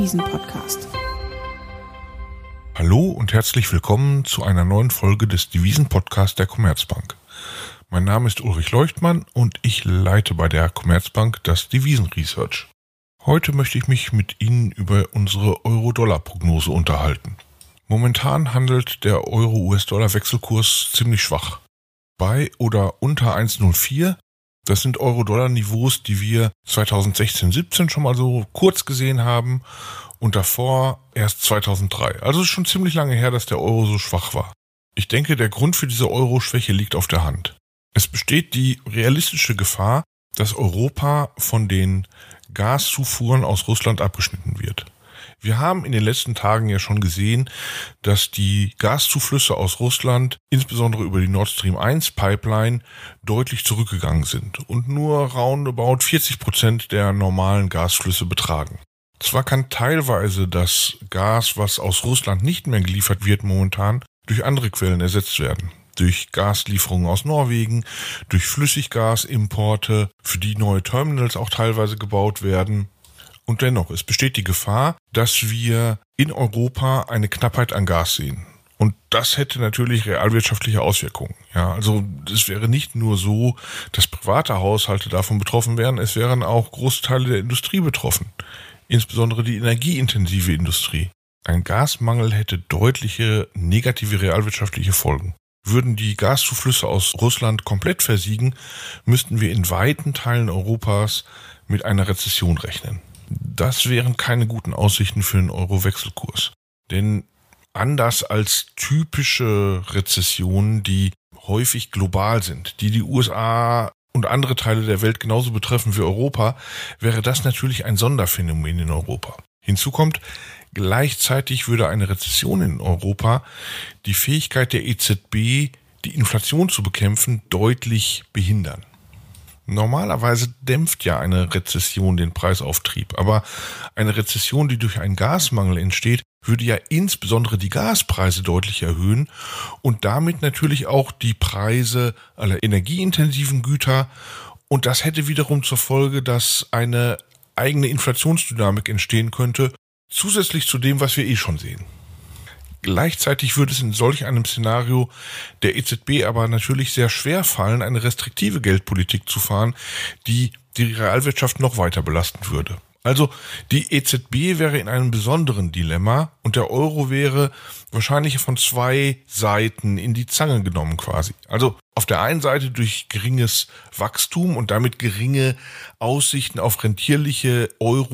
Devisen-Podcast. Hallo und herzlich willkommen zu einer neuen Folge des Devisen-Podcasts der Commerzbank. Mein Name ist Ulrich Leuchtmann und ich leite bei der Commerzbank das Devisen-Research. Heute möchte ich mich mit Ihnen über unsere Euro-Dollar-Prognose unterhalten. Momentan handelt der Euro-US-Dollar-Wechselkurs ziemlich schwach. Bei oder unter 1,04, das sind Euro-Dollar-Niveaus, die wir 2016-17 schon mal so kurz gesehen haben und davor erst 2003. Also ist schon ziemlich lange her, dass der Euro so schwach war. Ich denke, der Grund für diese Euro-Schwäche liegt auf der Hand. Es besteht die realistische Gefahr, dass Europa von den Gaszufuhren aus Russland abgeschnitten wird. Wir haben in den letzten Tagen ja schon gesehen, dass die Gaszuflüsse aus Russland, insbesondere über die Nord Stream 1 Pipeline, deutlich zurückgegangen sind und nur roundabout 40% der normalen Gasflüsse betragen. Zwar kann teilweise das Gas, was aus Russland nicht mehr geliefert wird momentan, durch andere Quellen ersetzt werden. Durch Gaslieferungen aus Norwegen, durch Flüssiggasimporte, für die neue Terminals auch teilweise gebaut werden. Und dennoch, es besteht die Gefahr, dass wir in Europa eine Knappheit an Gas sehen. Und das hätte natürlich realwirtschaftliche Auswirkungen. Ja, also es wäre nicht nur so, dass private Haushalte davon betroffen wären, es wären auch Großteile der Industrie betroffen. Insbesondere die energieintensive Industrie. Ein Gasmangel hätte deutliche negative realwirtschaftliche Folgen. Würden die Gaszuflüsse aus Russland komplett versiegen, müssten wir in weiten Teilen Europas mit einer Rezession rechnen. Das wären keine guten Aussichten für den Euro-Wechselkurs. Denn anders als typische Rezessionen, die häufig global sind, die USA und andere Teile der Welt genauso betreffen wie Europa, wäre das natürlich ein Sonderphänomen in Europa. Hinzu kommt, gleichzeitig würde eine Rezession in Europa die Fähigkeit der EZB, die Inflation zu bekämpfen, deutlich behindern. Normalerweise dämpft ja eine Rezession den Preisauftrieb, aber eine Rezession, die durch einen Gasmangel entsteht, würde ja insbesondere die Gaspreise deutlich erhöhen und damit natürlich auch die Preise aller energieintensiven Güter. Und das hätte wiederum zur Folge, dass eine eigene Inflationsdynamik entstehen könnte, zusätzlich zu dem, was wir eh schon sehen. Gleichzeitig würde es in solch einem Szenario der EZB aber natürlich sehr schwer fallen, eine restriktive Geldpolitik zu fahren, die die Realwirtschaft noch weiter belasten würde. Also die EZB wäre in einem besonderen Dilemma und der Euro wäre wahrscheinlich von zwei Seiten in die Zange genommen quasi. Also auf der einen Seite durch geringes Wachstum und damit geringe Aussichten auf rentierliche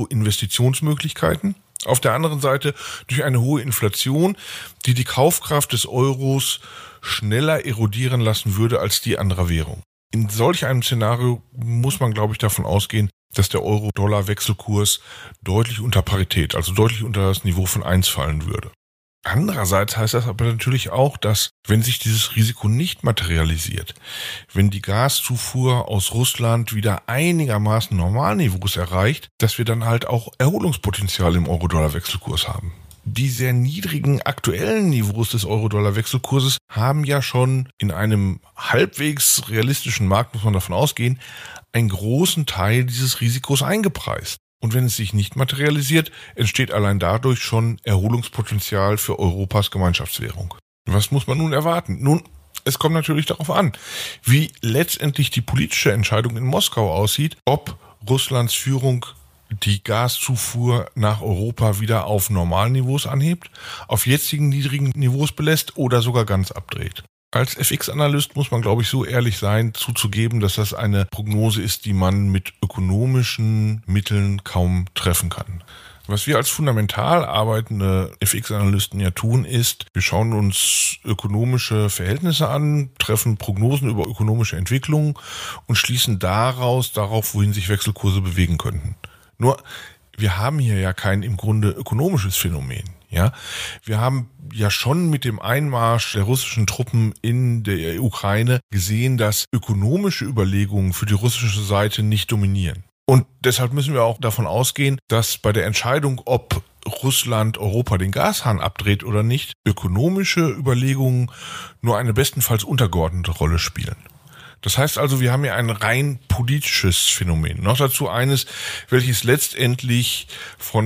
Euro-Investitionsmöglichkeiten. Auf der anderen Seite durch eine hohe Inflation, die die Kaufkraft des Euros schneller erodieren lassen würde als die anderer Währung. In solch einem Szenario muss man, glaube ich, davon ausgehen, dass der Euro-Dollar-Wechselkurs deutlich unter Parität, also deutlich unter das Niveau von 1 fallen würde. Andererseits heißt das aber natürlich auch, dass, wenn sich dieses Risiko nicht materialisiert, wenn die Gaszufuhr aus Russland wieder einigermaßen Normalniveaus erreicht, dass wir dann halt auch Erholungspotenzial im Euro-Dollar-Wechselkurs haben. Die sehr niedrigen aktuellen Niveaus des Euro-Dollar-Wechselkurses haben ja schon in einem halbwegs realistischen Markt, muss man davon ausgehen, einen großen Teil dieses Risikos eingepreist. Und wenn es sich nicht materialisiert, entsteht allein dadurch schon Erholungspotenzial für Europas Gemeinschaftswährung. Was muss man nun erwarten? Nun, es kommt natürlich darauf an, wie letztendlich die politische Entscheidung in Moskau aussieht, ob Russlands Führung die Gaszufuhr nach Europa wieder auf Normalniveaus anhebt, auf jetzigen niedrigen Niveaus belässt oder sogar ganz abdreht. Als FX-Analyst muss man, glaube ich, so ehrlich sein, zuzugeben, dass das eine Prognose ist, die man mit ökonomischen Mitteln kaum treffen kann. Was wir als fundamental arbeitende FX-Analysten ja tun, ist, wir schauen uns ökonomische Verhältnisse an, treffen Prognosen über ökonomische Entwicklungen und schließen darauf, wohin sich Wechselkurse bewegen könnten. Nur, wir haben hier ja kein im Grunde ökonomisches Phänomen. Ja, wir haben ja schon mit dem Einmarsch der russischen Truppen in der Ukraine gesehen, dass ökonomische Überlegungen für die russische Seite nicht dominieren. Und deshalb müssen wir auch davon ausgehen, dass bei der Entscheidung, ob Russland Europa den Gashahn abdreht oder nicht, ökonomische Überlegungen nur eine bestenfalls untergeordnete Rolle spielen. Das heißt also, wir haben hier ein rein politisches Phänomen. Noch dazu eines, welches letztendlich von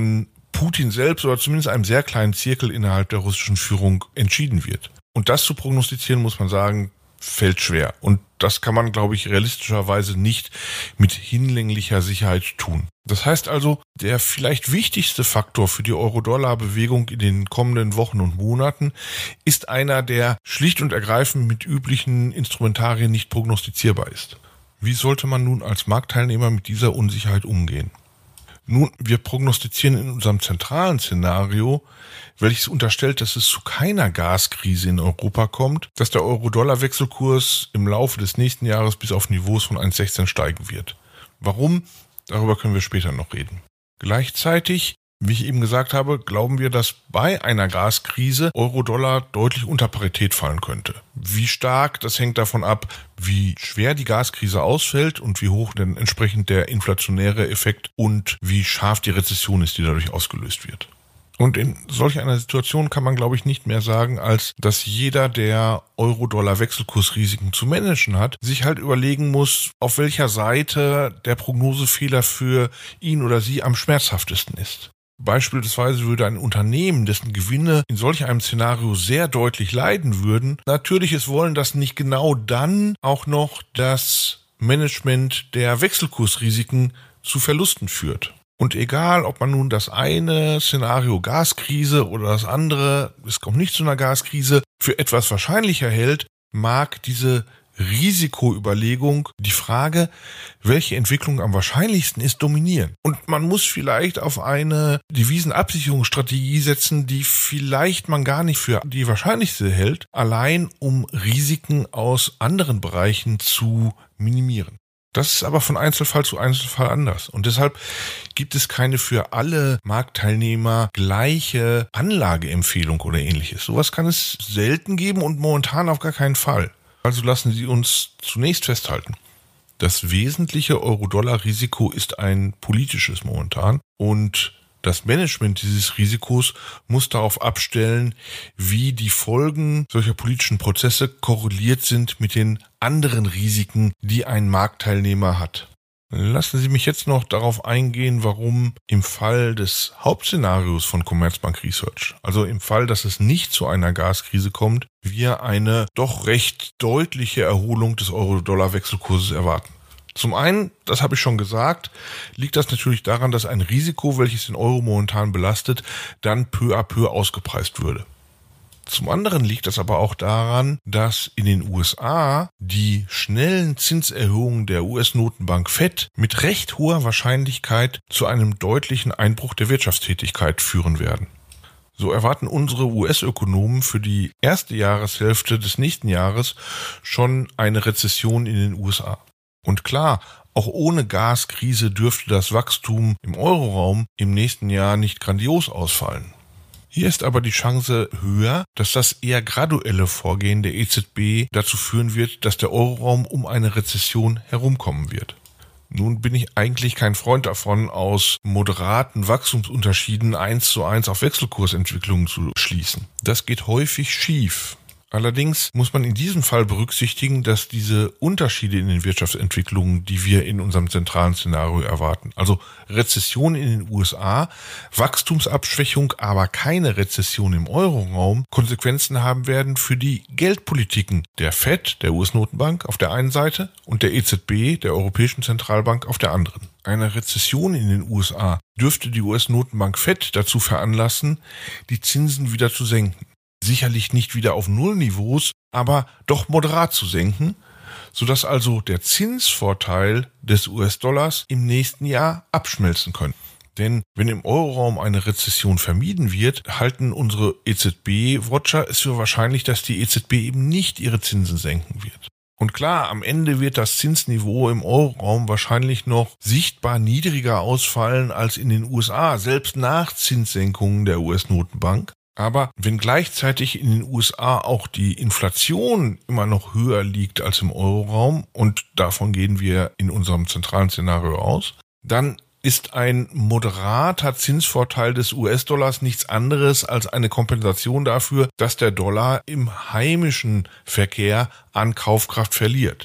Putin selbst oder zumindest einem sehr kleinen Zirkel innerhalb der russischen Führung entschieden wird. Und das zu prognostizieren, muss man sagen, fällt schwer. Und das kann man, glaube ich, realistischerweise nicht mit hinlänglicher Sicherheit tun. Das heißt also, der vielleicht wichtigste Faktor für die Euro-Dollar-Bewegung in den kommenden Wochen und Monaten ist einer, der schlicht und ergreifend mit üblichen Instrumentarien nicht prognostizierbar ist. Wie sollte man nun als Marktteilnehmer mit dieser Unsicherheit umgehen? Nun, wir prognostizieren in unserem zentralen Szenario, welches unterstellt, dass es zu keiner Gaskrise in Europa kommt, dass der Euro-Dollar-Wechselkurs im Laufe des nächsten Jahres bis auf Niveaus von 1,16 steigen wird. Warum? Darüber können wir später noch reden. Gleichzeitig, wie ich eben gesagt habe, glauben wir, dass bei einer Gaskrise Euro-Dollar deutlich unter Parität fallen könnte. Wie stark, das hängt davon ab, wie schwer die Gaskrise ausfällt und wie hoch denn entsprechend der inflationäre Effekt und wie scharf die Rezession ist, die dadurch ausgelöst wird. Und in solch einer Situation kann man, glaube ich, nicht mehr sagen, als dass jeder, der Euro-Dollar-Wechselkursrisiken zu managen hat, sich halt überlegen muss, auf welcher Seite der Prognosefehler für ihn oder sie am schmerzhaftesten ist. Beispielsweise würde ein Unternehmen, dessen Gewinne in solch einem Szenario sehr deutlich leiden würden, natürlich es wollen, dass nicht genau dann auch noch das Management der Wechselkursrisiken zu Verlusten führt. Und egal, ob man nun das eine Szenario Gaskrise oder das andere, es kommt nicht zu einer Gaskrise, für etwas wahrscheinlicher hält, mag diese Risikoüberlegung die Frage, welche Entwicklung am wahrscheinlichsten ist, dominieren. Und man muss vielleicht auf eine Devisenabsicherungsstrategie setzen, die vielleicht man gar nicht für die wahrscheinlichste hält, allein um Risiken aus anderen Bereichen zu minimieren. Das ist aber von Einzelfall zu Einzelfall anders. Und deshalb gibt es keine für alle Marktteilnehmer gleiche Anlageempfehlung oder ähnliches. Sowas kann es selten geben und momentan auf gar keinen Fall. Also lassen Sie uns zunächst festhalten. Das wesentliche Euro-Dollar-Risiko ist ein politisches momentan und das Management dieses Risikos muss darauf abstellen, wie die Folgen solcher politischen Prozesse korreliert sind mit den anderen Risiken, die ein Marktteilnehmer hat. Lassen Sie mich jetzt noch darauf eingehen, warum im Fall des Hauptszenarios von Commerzbank Research, also im Fall, dass es nicht zu einer Gaskrise kommt, wir eine doch recht deutliche Erholung des Euro-Dollar-Wechselkurses erwarten. Zum einen, das habe ich schon gesagt, liegt das natürlich daran, dass ein Risiko, welches den Euro momentan belastet, dann peu à peu ausgepreist würde. Zum anderen liegt das aber auch daran, dass in den USA die schnellen Zinserhöhungen der US-Notenbank Fed mit recht hoher Wahrscheinlichkeit zu einem deutlichen Einbruch der Wirtschaftstätigkeit führen werden. So erwarten unsere US-Ökonomen für die erste Jahreshälfte des nächsten Jahres schon eine Rezession in den USA. Und klar, auch ohne Gaskrise dürfte das Wachstum im Euroraum im nächsten Jahr nicht grandios ausfallen. Hier ist aber die Chance höher, dass das eher graduelle Vorgehen der EZB dazu führen wird, dass der Euroraum um eine Rezession herumkommen wird. Nun bin ich eigentlich kein Freund davon, aus moderaten Wachstumsunterschieden 1:1 auf Wechselkursentwicklungen zu schließen. Das geht häufig schief. Allerdings muss man in diesem Fall berücksichtigen, dass diese Unterschiede in den Wirtschaftsentwicklungen, die wir in unserem zentralen Szenario erwarten, also Rezession in den USA, Wachstumsabschwächung, aber keine Rezession im Euroraum, Konsequenzen haben werden für die Geldpolitiken der Fed, der US-Notenbank auf der einen Seite und der EZB, der Europäischen Zentralbank auf der anderen. Eine Rezession in den USA dürfte die US-Notenbank Fed dazu veranlassen, die Zinsen wieder zu senken. Sicherlich nicht wieder auf Nullniveaus, aber doch moderat zu senken, sodass also der Zinsvorteil des US-Dollars im nächsten Jahr abschmelzen könnte. Denn wenn im Euroraum eine Rezession vermieden wird, halten unsere EZB-Watcher es für wahrscheinlich, dass die EZB eben nicht ihre Zinsen senken wird. Und klar, am Ende wird das Zinsniveau im Euroraum wahrscheinlich noch sichtbar niedriger ausfallen als in den USA, selbst nach Zinssenkungen der US-Notenbank. Aber wenn gleichzeitig in den USA auch die Inflation immer noch höher liegt als im Euroraum, und davon gehen wir in unserem zentralen Szenario aus, dann ist ein moderater Zinsvorteil des US-Dollars nichts anderes als eine Kompensation dafür, dass der Dollar im heimischen Verkehr an Kaufkraft verliert.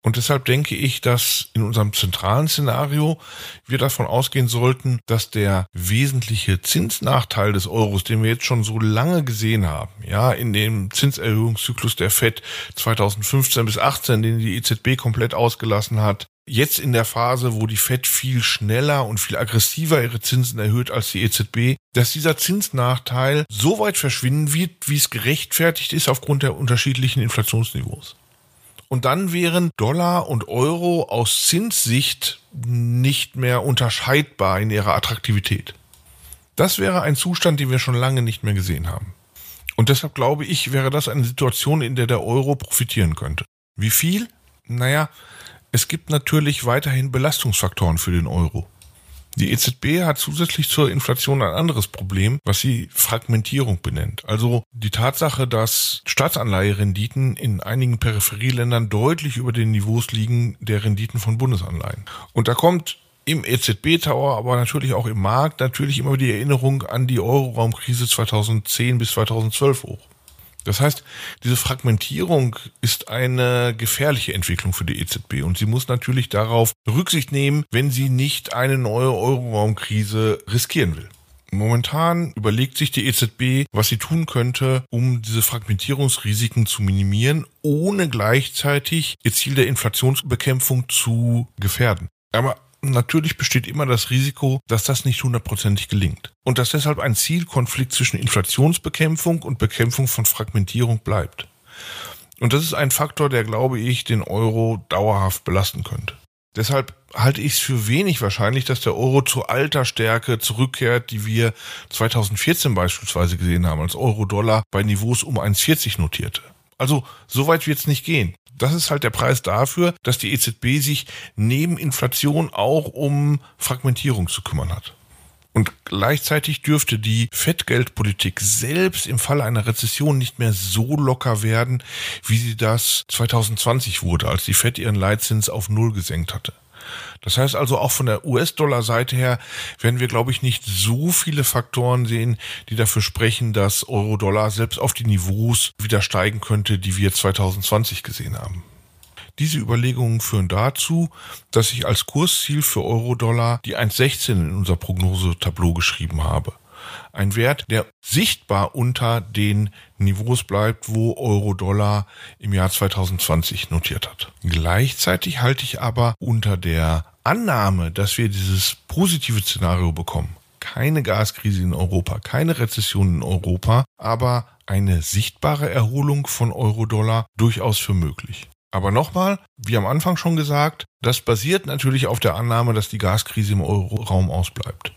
Und deshalb denke ich, dass in unserem zentralen Szenario wir davon ausgehen sollten, dass der wesentliche Zinsnachteil des Euros, den wir jetzt schon so lange gesehen haben, ja, in dem Zinserhöhungszyklus der FED 2015 bis 18, den die EZB komplett ausgelassen hat, jetzt in der Phase, wo die FED viel schneller und viel aggressiver ihre Zinsen erhöht als die EZB, dass dieser Zinsnachteil so weit verschwinden wird, wie es gerechtfertigt ist aufgrund der unterschiedlichen Inflationsniveaus. Und dann wären Dollar und Euro aus Zinssicht nicht mehr unterscheidbar in ihrer Attraktivität. Das wäre ein Zustand, den wir schon lange nicht mehr gesehen haben. Und deshalb glaube ich, wäre das eine Situation, in der der Euro profitieren könnte. Wie viel? Naja, es gibt natürlich weiterhin Belastungsfaktoren für den Euro. Die EZB hat zusätzlich zur Inflation ein anderes Problem, was sie Fragmentierung benennt. Also die Tatsache, dass Staatsanleiherenditen in einigen Peripherieländern deutlich über den Niveaus liegen der Renditen von Bundesanleihen. Und da kommt im EZB-Tower, aber natürlich auch im Markt natürlich immer die Erinnerung an die Euroraumkrise 2010 bis 2012 hoch. Das heißt, diese Fragmentierung ist eine gefährliche Entwicklung für die EZB und sie muss natürlich darauf Rücksicht nehmen, wenn sie nicht eine neue Euroraumkrise riskieren will. Momentan überlegt sich die EZB, was sie tun könnte, um diese Fragmentierungsrisiken zu minimieren, ohne gleichzeitig ihr Ziel der Inflationsbekämpfung zu gefährden. Aber natürlich besteht immer das Risiko, dass das nicht 100% gelingt und dass deshalb ein Zielkonflikt zwischen Inflationsbekämpfung und Bekämpfung von Fragmentierung bleibt. Und das ist ein Faktor, der, glaube ich, den Euro dauerhaft belasten könnte. Deshalb halte ich es für wenig wahrscheinlich, dass der Euro zu alter Stärke zurückkehrt, die wir 2014 beispielsweise gesehen haben, als Euro-Dollar bei Niveaus um 1,40 notierte. Also so weit wird es nicht gehen. Das ist halt der Preis dafür, dass die EZB sich neben Inflation auch um Fragmentierung zu kümmern hat. Und gleichzeitig dürfte die FED-Geldpolitik selbst im Falle einer Rezession nicht mehr so locker werden, wie sie das 2020 wurde, als die FED ihren Leitzins auf 0 gesenkt hatte. Das heißt also, auch von der US-Dollar-Seite her werden wir, glaube ich, nicht so viele Faktoren sehen, die dafür sprechen, dass Euro-Dollar selbst auf die Niveaus wieder steigen könnte, die wir 2020 gesehen haben. Diese Überlegungen führen dazu, dass ich als Kursziel für Euro-Dollar die 1,16 in unser Prognosetableau geschrieben habe. Ein Wert, der sichtbar unter den Niveaus bleibt, wo Euro-Dollar im Jahr 2020 notiert hat. Gleichzeitig halte ich aber unter der Annahme, dass wir dieses positive Szenario bekommen, keine Gaskrise in Europa, keine Rezession in Europa, aber eine sichtbare Erholung von Euro-Dollar durchaus für möglich. Aber nochmal, wie am Anfang schon gesagt, das basiert natürlich auf der Annahme, dass die Gaskrise im Euroraum ausbleibt.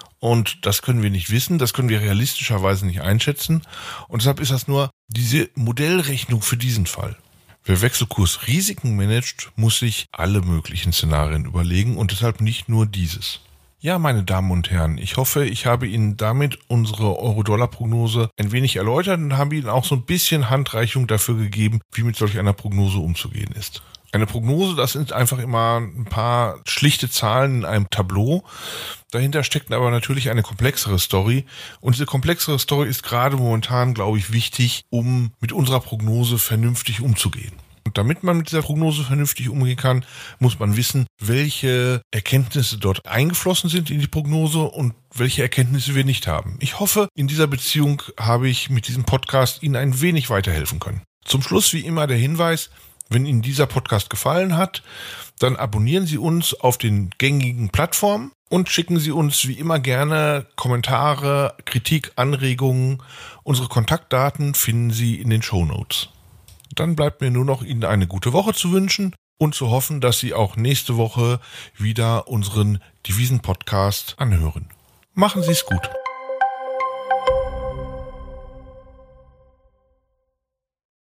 Und das können wir nicht wissen, das können wir realistischerweise nicht einschätzen. Und deshalb ist das nur diese Modellrechnung für diesen Fall. Wer Wechselkursrisiken managt, muss sich alle möglichen Szenarien überlegen und deshalb nicht nur dieses. Ja, meine Damen und Herren, ich hoffe, ich habe Ihnen damit unsere Euro-Dollar-Prognose ein wenig erläutert und habe Ihnen auch so ein bisschen Handreichung dafür gegeben, wie mit solch einer Prognose umzugehen ist. Eine Prognose, das sind einfach immer ein paar schlichte Zahlen in einem Tableau. Dahinter steckt aber natürlich eine komplexere Story. Und diese komplexere Story ist gerade momentan, glaube ich, wichtig, um mit unserer Prognose vernünftig umzugehen. Und damit man mit dieser Prognose vernünftig umgehen kann, muss man wissen, welche Erkenntnisse dort eingeflossen sind in die Prognose und welche Erkenntnisse wir nicht haben. Ich hoffe, in dieser Beziehung habe ich mit diesem Podcast Ihnen ein wenig weiterhelfen können. Zum Schluss wie immer der Hinweis: Wenn Ihnen dieser Podcast gefallen hat, dann abonnieren Sie uns auf den gängigen Plattformen und schicken Sie uns wie immer gerne Kommentare, Kritik, Anregungen. Unsere Kontaktdaten finden Sie in den Shownotes. Dann bleibt mir nur noch Ihnen eine gute Woche zu wünschen und zu hoffen, dass Sie auch nächste Woche wieder unseren Devisen-Podcast anhören. Machen Sie es gut.